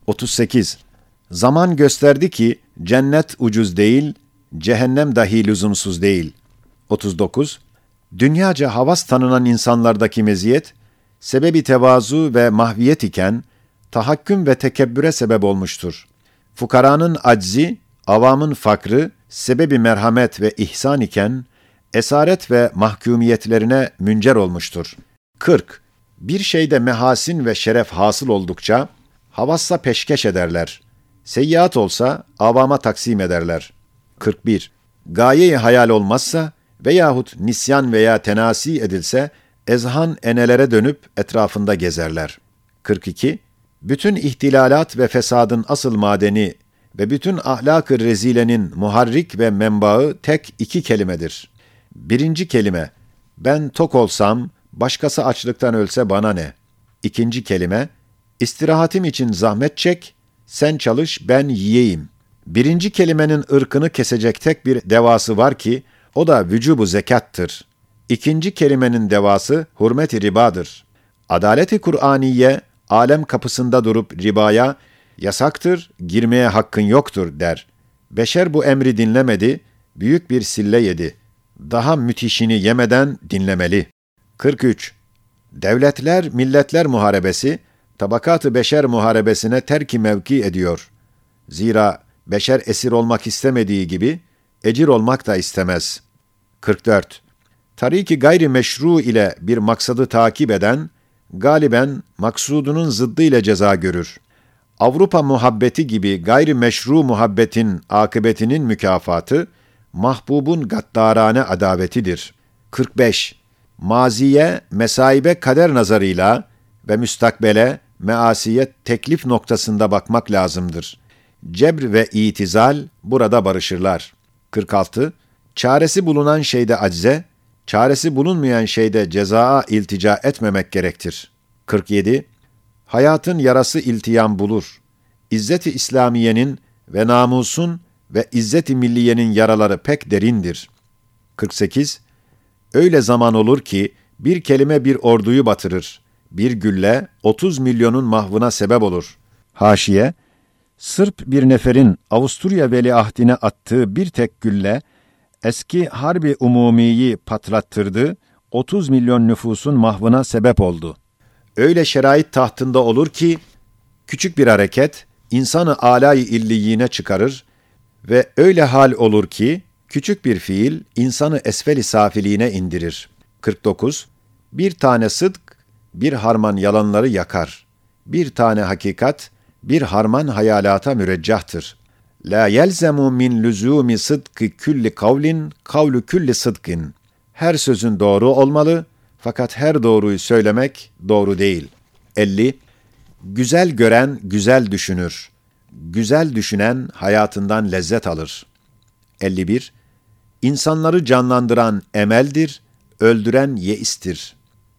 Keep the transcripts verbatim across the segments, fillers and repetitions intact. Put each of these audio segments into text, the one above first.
otuz sekiz. Zaman gösterdi ki cennet ucuz değil, cehennem dahi lüzumsuz değil. otuz dokuz. Dünyaca havas tanınan insanlardaki meziyet, sebebi tevazu ve mahviyet iken, tahakküm ve tekebbüre sebep olmuştur. Fukaranın aczi, avamın fakrı, sebebi merhamet ve ihsan iken, esaret ve mahkumiyetlerine müncer olmuştur. kırk. Bir şeyde mehasin ve şeref hasıl oldukça, havassa peşkeş ederler. Seyyiat olsa avama taksim ederler. kırk bir. Gaye-i hayal olmazsa veyahut nisyan veya tenasi edilse, ezhan enelere dönüp etrafında gezerler. kırk iki. Bütün ihtilalat ve fesadın asıl madeni ve bütün ahlak-ı rezilenin muharrik ve menbaı tek iki kelimedir. Birinci kelime, ben tok olsam, başkası açlıktan ölse bana ne? İkinci kelime, istirahatim için zahmet çek, sen çalış ben yiyeyim. Birinci kelimenin ırkını kesecek tek bir devası var ki, o da vücubu zekattır. İkinci kelimenin devası hurmet-i ribadır. Adalet-i Kur'aniye, alem kapısında durup ribaya, yasaktır, girmeye hakkın yoktur der. Beşer bu emri dinlemedi, büyük bir sille yedi. Daha müthişini yemeden dinlemeli. kırk üç. Devletler, milletler muharebesi, tabakat-ı beşer muharebesine terki mevki ediyor. Zira beşer esir olmak istemediği gibi, ecir olmak da istemez. kırk dört. Tariki gayri meşru ile bir maksadı takip eden, galiben maksudunun zıddı ile ceza görür. Avrupa muhabbeti gibi gayri meşru muhabbetin akıbetinin mükafatı, mahbubun gaddarane adavetidir. kırk beş. Maziye, mesaibe kader nazarıyla ve müstakbele, measiye teklif noktasında bakmak lazımdır. Cebr ve itizal burada barışırlar. kırk altı. Çaresi bulunan şeyde acze, çaresi bulunmayan şeyde cezaa iltica etmemek gerektir. kırk yedi. Hayatın yarası iltiyam bulur. İzzet-i İslamiye'nin ve namusun ve İzzet-i Milliye'nin yaraları pek derindir. kırk sekiz. Öyle zaman olur ki bir kelime bir orduyu batırır. Bir gülle otuz milyonun mahvına sebep olur. Haşiye, Sırp bir neferin Avusturya veliahdine attığı bir tek gülle, eski harbi umumiyi patlattırdı, otuz milyon nüfusun mahvına sebep oldu. Öyle şerait tahtında olur ki, küçük bir hareket, insanı âlâ-i illiyine çıkarır ve öyle hal olur ki, küçük bir fiil, insanı esfel-i safiliğine indirir. kırk dokuz. Bir tane sıdk, bir harman yalanları yakar. Bir tane hakikat, bir harman hayalata müreccahtır. La yelzemu min lüzumi sıdkı külli kavlin, kavlu külli sıdkın. Her sözün doğru olmalı, fakat her doğruyu söylemek doğru değil. elli. Güzel gören güzel düşünür. Güzel düşünen hayatından lezzet alır. elli bir. İnsanları canlandıran emeldir, öldüren yeistir.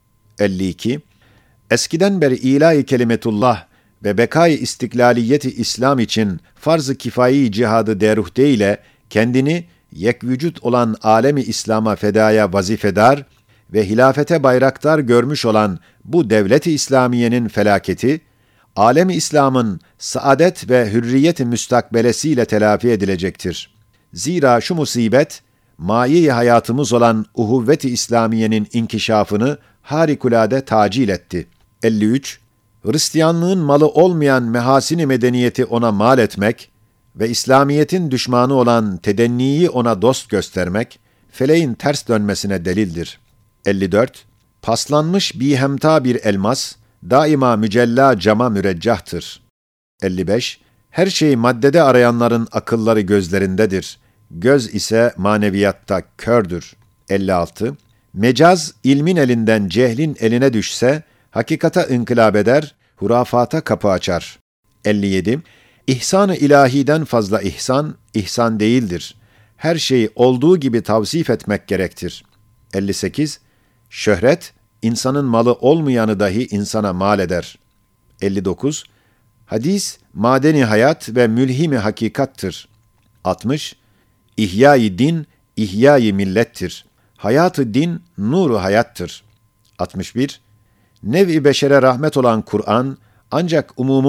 elli iki. Eskiden beri ilahi kelimetullah ve bekâ-i istiklaliyeti İslam için farz-ı kifayi cihadı deruhte ile kendini yekvücut olan alemi İslam'a fedaya vazifedar ve hilafete bayraktar görmüş olan bu devlet-i İslamiye'nin felaketi, alemi İslam'ın saadet ve hürriyet-i müstakbelesiyle telafi edilecektir. Zira şu musibet, mayi hayatımız olan uhuvvet-i İslamiye'nin inkişafını harikulade tacil etti. elli üç. Hristiyanlığın malı olmayan mehasin-i medeniyeti ona mal etmek ve İslamiyet'in düşmanı olan tedenniyi ona dost göstermek, feleğin ters dönmesine delildir. elli dört. Paslanmış bihemta bir elmas, daima mücella cama müreccahtır. elli beş. Her şeyi maddede arayanların akılları gözlerindedir. Göz ise maneviyatta kördür. elli altı. Mecaz, ilmin elinden cehlin eline düşse, hakikata inkılap eder, hurafata kapı açar. elli yedi. İhsan-ı ilahiden fazla ihsan, ihsan değildir. Her şeyi olduğu gibi tavsif etmek gerektir. elli sekiz. Şöhret, insanın malı olmayanı dahi insana mal eder. elli dokuz. Hadis, madeni hayat ve mülhim-i hakikattır. altmış. İhya-i din, ihya-i millettir. Hayat-ı din, nur-u hayattır. altmış bir. Nev-i beşere rahmet olan Kur'an, ancak umumun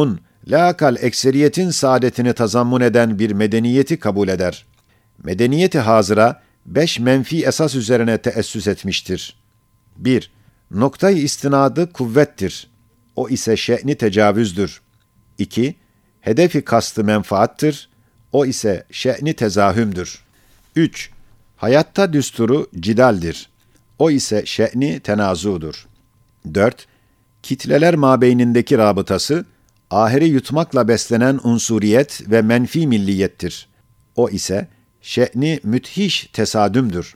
Lâkal ekseriyetin saadetini tazammun eden bir medeniyeti kabul eder. Medeniyeti hazıra beş menfi esas üzerine teessüs etmiştir. bir. Noktayı istinadı kuvvettir. O ise şe'ni tecavüzdür. iki. Hedefi kastı menfaattır. O ise şe'ni tezahümdür. üç. Hayatta düsturu cidaldir. O ise şe'ni tenazudur. dört. Kitleler mabeynindeki rabıtası, ahiri yutmakla beslenen unsuriyet ve menfi milliyettir. O ise şe'ni müthiş tesadümdür.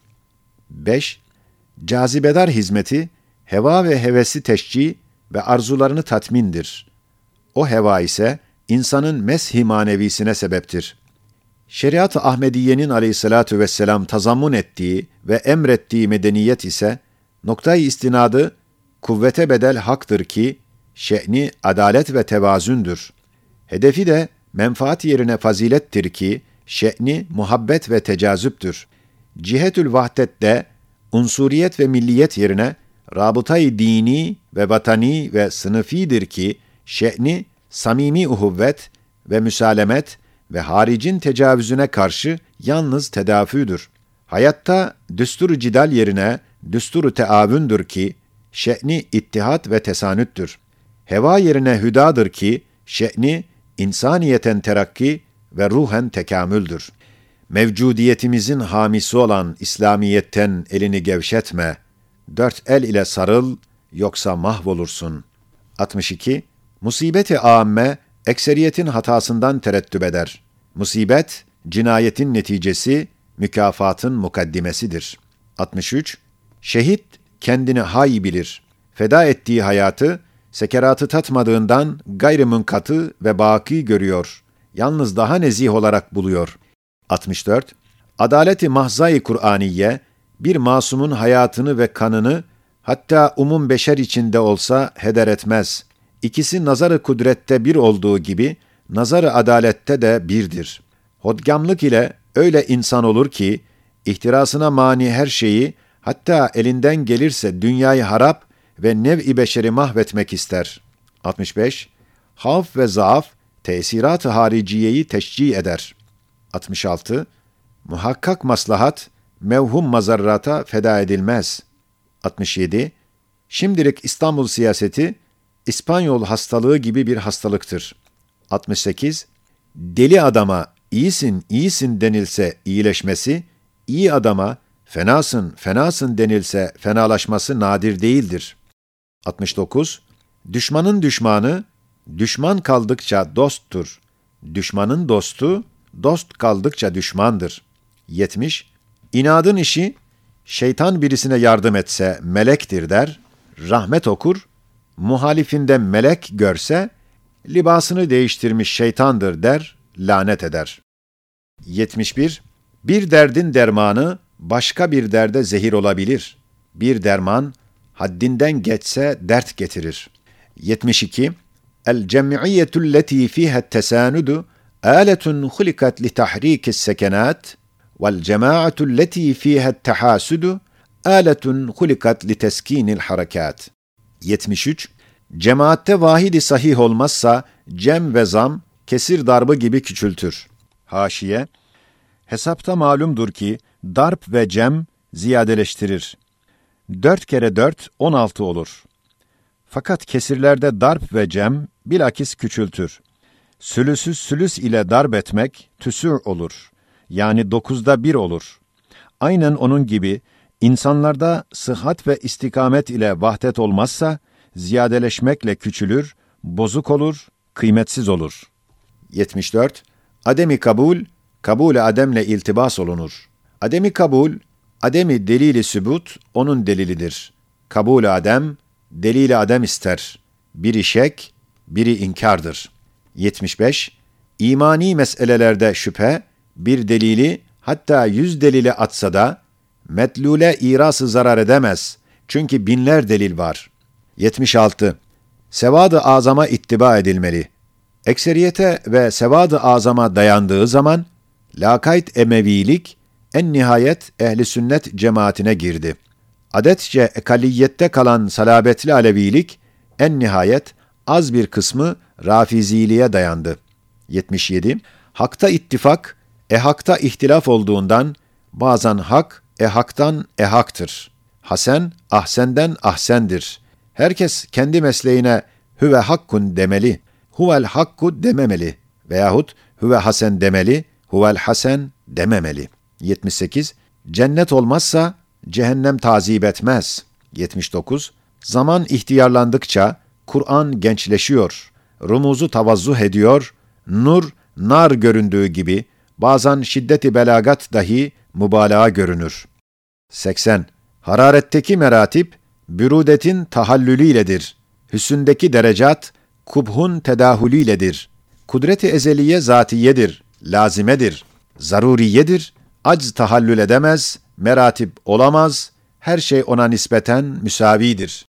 beş. Cazibedar hizmeti, heva ve hevesi teşcih ve arzularını tatmindir. O heva ise insanın mesh-i manevisine sebeptir. Şeriat-ı Ahmediye'nin aleyhissalatu vesselam tazammun ettiği ve emrettiği medeniyet ise, noktayı istinadı, kuvvete bedel haktır ki, şe'ni adalet ve tevazündür. Hedefi de menfaat yerine fazilettir ki, şe'ni muhabbet ve tecazüptür. Cihetül vahdette, unsuriyet ve milliyet yerine, rabıtayı dini ve vatani ve sınıfidir ki, şe'ni samimi uhuvvet ve müsalemet ve haricin tecavüzüne karşı yalnız tedafüdür. Hayatta düsturu cidal yerine düsturu teavündür ki, şe'ni ittihat ve tesanüttür. Heva yerine hüdadır ki, şe'ni insaniyeten terakki ve ruhen tekamüldür. Mevcudiyetimizin hamisi olan İslamiyetten elini gevşetme, dört el ile sarıl, yoksa mahvolursun. altmış iki. Musibet-i âmme, ekseriyetin hatasından terettüp eder. Musibet, cinayetin neticesi, mükafatın mukaddimesidir. altmış üç. Şehit, kendini hay bilir. Feda ettiği hayatı, sekeratı tatmadığından gayrı-münkatı ve baki görüyor. Yalnız daha nezih olarak buluyor. altmış dört. Adalet-i mahzai Kur'aniye, bir masumun hayatını ve kanını, hatta umum beşer içinde olsa heder etmez. İkisi nazar-ı kudrette bir olduğu gibi, nazar-ı adalette de birdir. Hodgamlık ile öyle insan olur ki, ihtirasına mani her şeyi, hatta elinden gelirse dünyayı harap ve nev-i beşeri mahvetmek ister. altmış beş. Havf ve zaaf, tesirat-ı hariciyeyi teşcih eder. altmış altı. Muhakkak maslahat, mevhum mazarrata feda edilmez. altmış yedi. Şimdilik İstanbul siyaseti, İspanyol hastalığı gibi bir hastalıktır. altmış sekiz. Deli adama iyisin, iyisin denilse iyileşmesi, iyi adama fenasın, fenasın denilse fenalaşması nadir değildir. altmış dokuz. Düşmanın düşmanı, düşman kaldıkça dosttur. Düşmanın dostu, dost kaldıkça düşmandır. yetmiş. İnadın işi, şeytan birisine yardım etse melektir der, rahmet okur, muhalifinde melek görse, libasını değiştirmiş şeytandır der, lanet eder. yetmiş bir. Bir derdin dermanı, başka bir derde zehir olabilir. Bir derman, haddinden geçse dert getirir. yetmiş iki. El-cem'iyyetulleti fiha tesanudu aletun hulikat li tahrikis sekenat vel cemaatulleti fiha tehasudu aletun hulikat li teskinil harakat. yetmiş üç. Cemaatte vahidi sahih olmazsa cem ve zam kesir darbı gibi küçültür. Haşiye. Hesapta malumdur ki darp ve cem ziyadeleştirir. Dört kere dört on altı olur. Fakat kesirlerde darp ve cem bilakis küçültür. Sülüsü sülüs ile darp etmek tüsür olur. Yani dokuzda bir olur. Aynen onun gibi insanlarda sıhhat ve istikamet ile vahdet olmazsa ziyadeleşmekle küçülür, bozuk olur, kıymetsiz olur. yetmiş dört. Ademi kabul, kabul-i ademle iltibas olunur. Ademi kabul, ademi delili sübut, onun delilidir. Kabul-i adem, delili adem ister. Biri şek, biri inkardır. yetmiş beş. İmani meselelerde şüphe, bir delili, hatta yüz delili atsa da, metlule irası zarar edemez. Çünkü binler delil var. yetmiş altı. Sevad-ı azama ittiba edilmeli. Ekseriyete ve sevad-ı azama dayandığı zaman, lakayt emevilik, en nihayet ehli sünnet cemaatine girdi. Adetçe ekaliyette kalan salabetli alevilik, en nihayet az bir kısmı Rafiziliğe dayandı. yetmiş yedi. Hakta ittifak, ehakta ihtilaf olduğundan bazen hak, ehaktan ehaktır. Hasen, ahsenden ahsendir. Herkes kendi mesleğine hüve hakkun demeli, huvel hakku dememeli veyahut hüve hasen demeli, huvel hasen dememeli. yetmiş sekiz. Cennet olmazsa cehennem tazip etmez. yetmiş dokuz. Zaman ihtiyarlandıkça Kur'an gençleşiyor, rumuzu tavazzuh ediyor, nur, nar göründüğü gibi bazen şiddeti belagat dahi mübalağa görünür. seksen. Hararetteki meratip, bürudetin tahallülüyledir. Hüsündeki derecat, kubhun tedahülüyledir. Kudret-i ezeliye zatiyedir, lazimedir, zaruriyedir, acz tahallül edemez, meratip olamaz, her şey ona nispeten müsavidir.